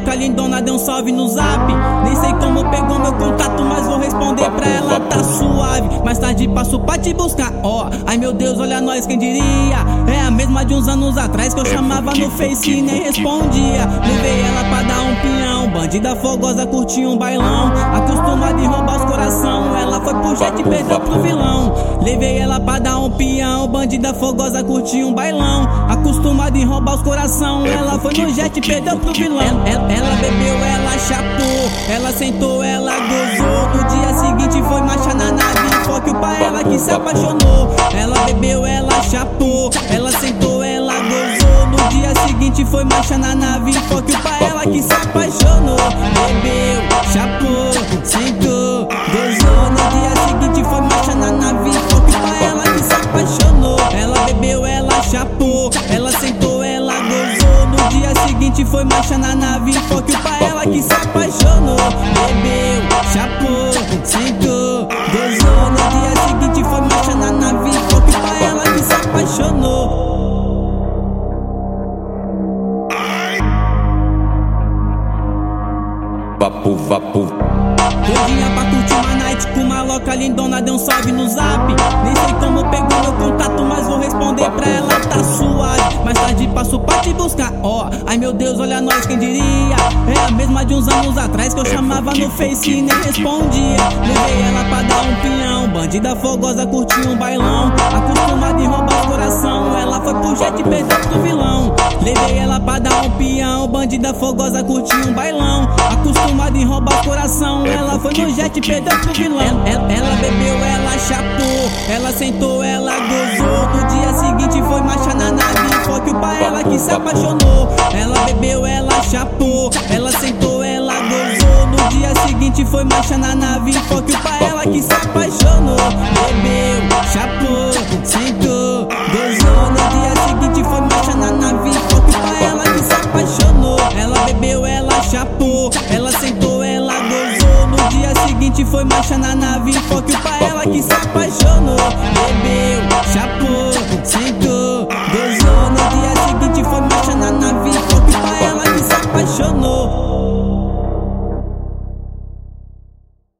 louca lindona deu um salve no zap. Nem sei como pegou meu contato, mas vou responder pra ela, tá suave. Mais tarde passo pra te buscar, ó. Ai meu Deus, olha nós, quem diria. É a mesma de uns anos atrás que eu chamava no Face e nem respondia. Levei ela pra dar um pinhão, bandida fogosa curtia um bailão. Acostumada em roubar os coração, ela foi pro jet e perdeu pro vilão. Levei ela pra dar um pinhão, bandida fogosa curtia um bailão. Acostumada em roubar os coração, ela foi no jet e perdeu pro vilão. Ela bebeu, ela chapou, ela sentou, ela gozou. No dia seguinte foi marcha na nave, foque pra ela que se apaixonou. Ela bebeu, ela chapou, ela sentou, ela gozou. No dia seguinte foi marcha na nave, foque pra ela que se apaixonou. Bebeu, chapou, sentou, gozou. No dia seguinte foi marcha na nave, foque pra ela que se apaixonou. Ela bebeu, ela chapou, ela sentou, ela gozou. No dia seguinte foi marcha na nave, foque pra ela que se apaixonou. Bebeu, chapou, sentou, gozou. No dia seguinte foi marcha na nave, foque pra ela que se apaixonou. Vapo, vapo. Doidinha pra curtir uma night com uma louca lindona deu um salve no zap. Nem sei como pegou meu contato, mas vou responder pra ela, tá suave. Mais tarde passo pra te buscar, ó. Ai meu Deus, olha nós, quem diria. É a mesma de uns anos atrás que eu chamava no Face e nem respondia. Levei ela pra dar um pinhão, bandida fogosa curtia um bailão. Acostumada em roubar os coração, ela foi pro jet e perdeu pro vilão. Levei ela pra dar um pinhão, bandida fogosa curtia um bailão. Acostumada em roubar os coração, ela foi no jet e perdeu pro vilão. Ela bebeu, ela chapou, ela sentou, ela gozou. No dia seguinte foi marcha na nave, foque pra ela que se apaixonou. Ela bebeu, ela chapou, ela sentou, ela gozou. No dia seguinte foi marcha na nave, foque pra ela que se apaixonou. Bebeu, chapou, sentou, gozou. No dia seguinte foi marcha na nave, foque pra ela que se apaixonou. Ela bebeu, ela chapou, ela sentou, ela gozou. No dia seguinte foi marcha na nave, foque pra ela que se apaixonou.